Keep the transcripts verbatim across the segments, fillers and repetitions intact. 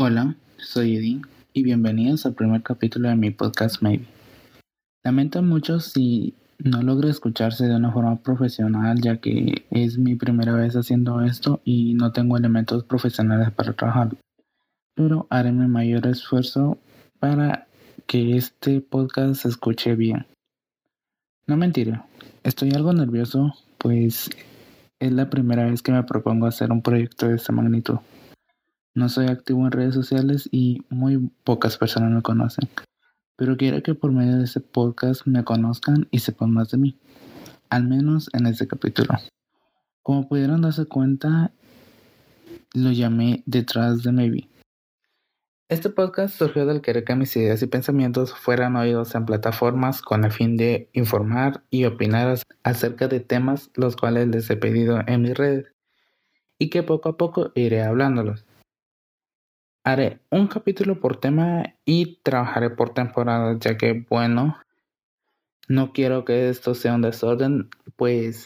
Hola, soy Edin y bienvenidos al primer capítulo de mi podcast Maybe. Lamento mucho si no logro escucharse de una forma profesional, ya que es mi primera vez haciendo esto y no tengo elementos profesionales para trabajar, pero haré mi mayor esfuerzo para que este podcast se escuche bien. No mentiré, estoy algo nervioso, pues es la primera vez que me propongo hacer un proyecto de esta magnitud. No soy activo en redes sociales y muy pocas personas me conocen, pero quiero que por medio de este podcast me conozcan y sepan más de mí, al menos en este capítulo. Como pudieron darse cuenta, lo llamé Detrás de Maybe. Este podcast surgió del querer que mis ideas y pensamientos fueran oídos en plataformas con el fin de informar y opinar acerca de temas los cuales les he pedido en mis redes y que poco a poco iré hablándolos. Haré un capítulo por tema y trabajaré por temporada, ya que, bueno, no quiero que esto sea un desorden, pues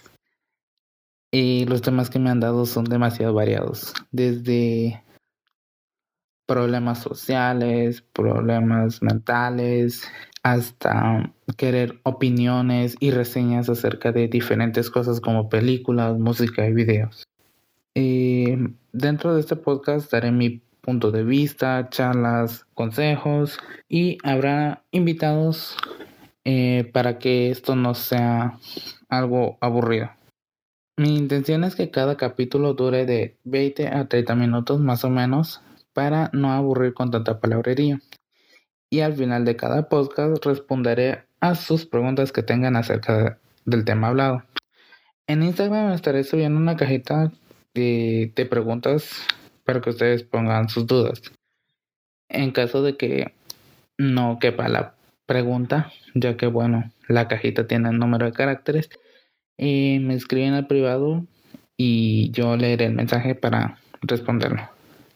y los temas que me han dado son demasiado variados, desde problemas sociales, problemas mentales, hasta querer opiniones y reseñas acerca de diferentes cosas como películas, música y videos. Eh, dentro de este podcast daré mi punto de vista, charlas, consejos y habrá invitados eh, para que esto no sea algo aburrido. Mi intención es que cada capítulo dure de veinte a treinta minutos más o menos para no aburrir con tanta palabrería. Y al final de cada podcast responderé a sus preguntas que tengan acerca del tema hablado. En Instagram estaré subiendo una cajita de, de preguntas para que ustedes pongan sus dudas. En caso de que no quepa la pregunta, ya que bueno, la cajita tiene el número de caracteres, y me escriben al privado y yo leeré el mensaje para responderlo.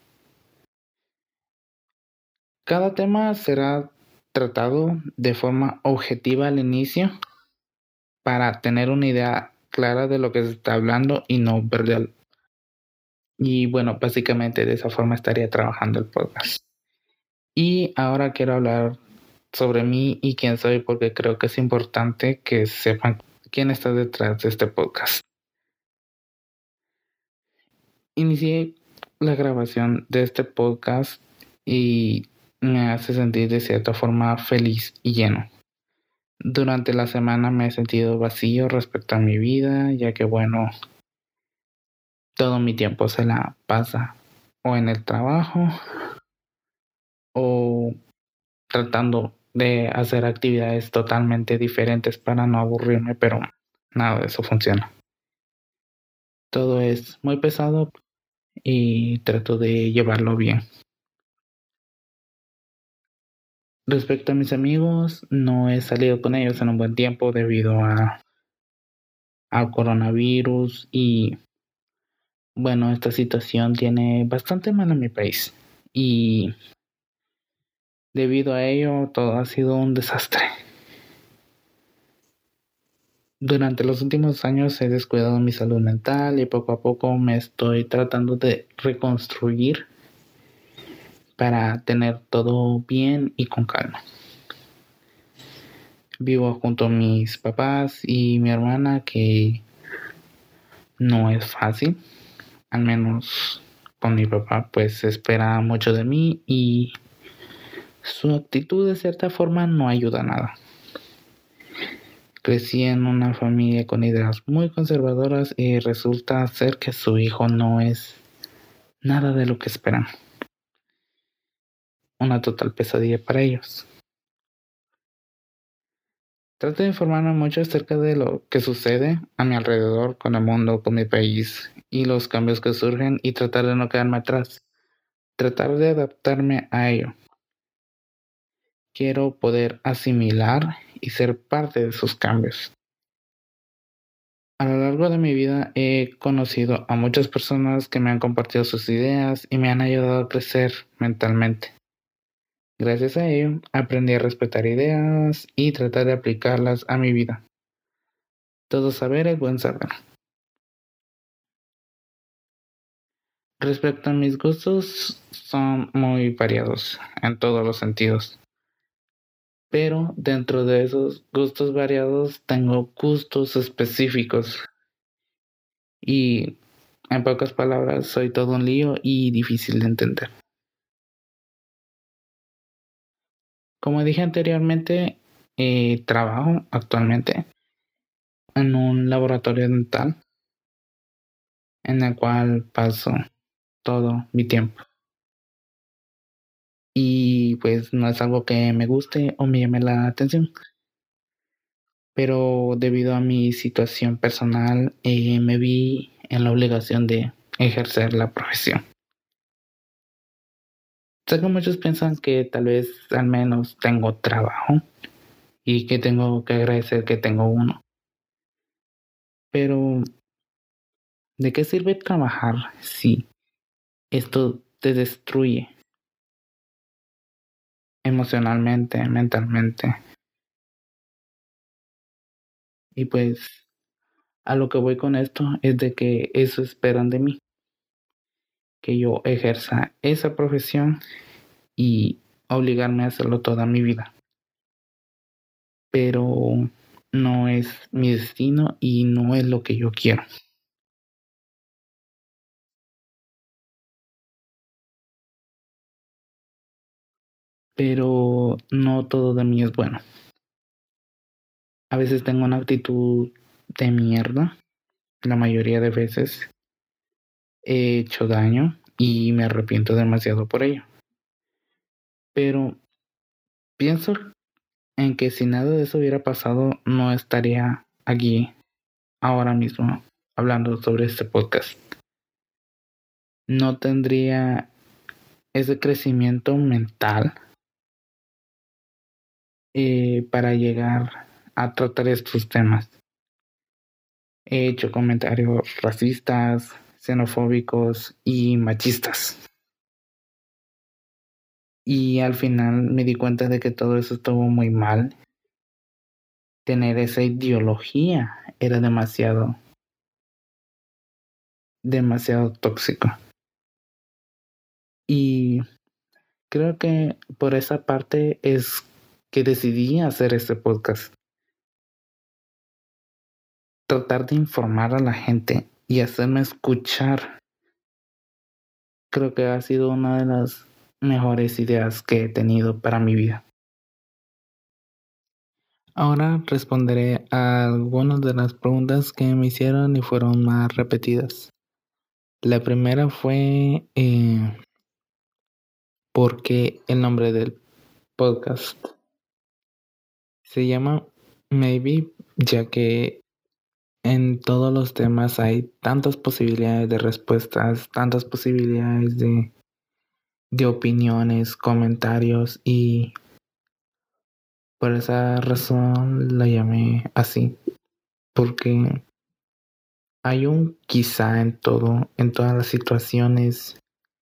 Cada tema será tratado de forma objetiva al inicio para tener una idea clara de lo que se está hablando y no perder. Y bueno, básicamente de esa forma estaría trabajando el podcast. Y ahora quiero hablar sobre mí y quién soy, porque creo que es importante que sepan quién está detrás de este podcast. Inicié la grabación de este podcast y me hace sentir de cierta forma feliz y lleno. Durante la semana me he sentido vacío respecto a mi vida, ya que bueno, todo mi tiempo se la pasa o en el trabajo o tratando de hacer actividades totalmente diferentes para no aburrirme, pero nada de eso funciona. Todo es muy pesado y trato de llevarlo bien. Respecto a mis amigos, no he salido con ellos en un buen tiempo debido a al coronavirus y bueno, esta situación tiene bastante mal en mi país y debido a ello todo ha sido un desastre. Durante los últimos años he descuidado mi salud mental y poco a poco me estoy tratando de reconstruir para tener todo bien y con calma. Vivo junto a mis papás y mi hermana, que no es fácil, al menos con mi papá, pues espera mucho de mí y su actitud de cierta forma no ayuda a nada. Crecí en una familia con ideas muy conservadoras y resulta ser que su hijo no es nada de lo que esperan. Una total pesadilla para ellos. Trato de informarme mucho acerca de lo que sucede a mi alrededor, con el mundo, con mi país y los cambios que surgen y tratar de no quedarme atrás. Tratar de adaptarme a ello. Quiero poder asimilar y ser parte de esos cambios. A lo largo de mi vida he conocido a muchas personas que me han compartido sus ideas y me han ayudado a crecer mentalmente. Gracias a ello, aprendí a respetar ideas y tratar de aplicarlas a mi vida. Todo saber es buen saber. Respecto a mis gustos, son muy variados en todos los sentidos. Pero dentro de esos gustos variados tengo gustos específicos. Y en pocas palabras, soy todo un lío y difícil de entender. Como dije anteriormente, eh, trabajo actualmente en un laboratorio dental en el cual paso todo mi tiempo. Y pues no es algo que me guste o me llame la atención. Pero debido a mi situación personal, eh, me vi en la obligación de ejercer la profesión. Sé que muchos piensan que tal vez al menos tengo trabajo y que tengo que agradecer que tengo uno. Pero, ¿de qué sirve trabajar si esto te destruye emocionalmente, mentalmente? Y pues a lo que voy con esto es de que eso esperan de mí, que yo ejerza esa profesión y obligarme a hacerlo toda mi vida. Pero no es mi destino y no es lo que yo quiero. Pero no todo de mí es bueno. A veces tengo una actitud de mierda. La mayoría de veces he hecho daño y me arrepiento demasiado por ello. Pero pienso en que si nada de eso hubiera pasado, no estaría aquí ahora mismo hablando sobre este podcast. No tendría ese crecimiento mental eh, para llegar a tratar estos temas. He hecho comentarios racistas, xenofóbicos y machistas. Y al final me di cuenta de que todo eso estuvo muy mal. Tener esa ideología era demasiado, demasiado tóxico. Y creo que por esa parte es que decidí hacer este podcast. Tratar de informar a la gente y hacerme escuchar. Creo que ha sido una de las mejores ideas que he tenido para mi vida. Ahora responderé a algunas de las preguntas que me hicieron y fueron más repetidas. La primera fue eh, ¿por qué el nombre del podcast? Se llama Maybe, ya que en todos los temas hay tantas posibilidades de respuestas, tantas posibilidades de, de opiniones, comentarios, y por esa razón la llamé así, porque hay un quizá en todo, en todas las situaciones,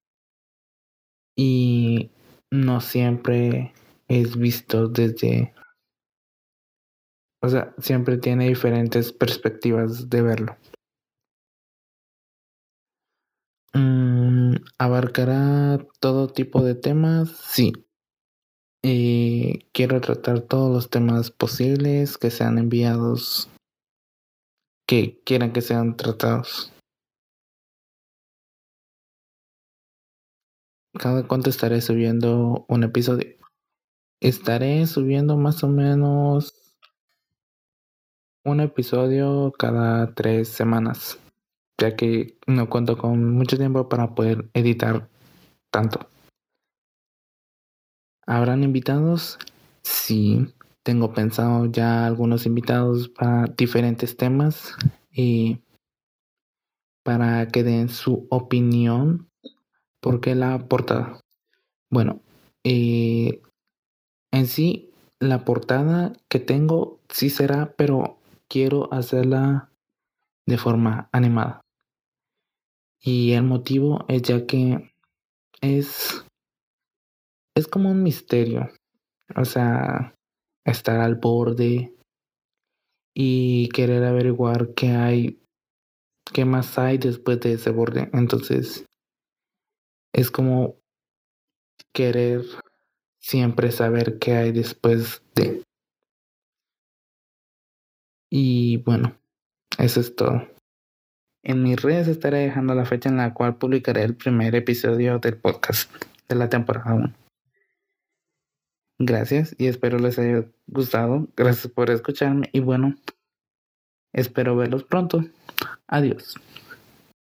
y no siempre es visto desde, o sea, siempre tiene diferentes perspectivas de verlo. Mm, ¿abarcará todo tipo de temas? Sí. Eh, quiero tratar todos los temas posibles que sean enviados, que quieran que sean tratados. ¿Cada cuánto estaré subiendo un episodio? Estaré subiendo más o menos un episodio cada tres semanas, ya que no cuento con mucho tiempo para poder editar tanto. ¿Habrán invitados? Sí, tengo pensado ya algunos invitados para diferentes temas y para que den su opinión. ¿Por qué la portada? Bueno, eh, en sí, la portada que tengo sí será, pero quiero hacerla de forma animada. Y el motivo es ya que es, es como un misterio. O sea, estar al borde y querer averiguar qué hay, qué más hay después de ese borde. Entonces, Es como querer siempre saber qué hay después de. Y bueno, eso es todo. En mis redes estaré dejando la fecha en la cual publicaré el primer episodio del podcast de la temporada uno. Gracias y espero les haya gustado. Gracias por escucharme y bueno, espero verlos pronto. Adiós.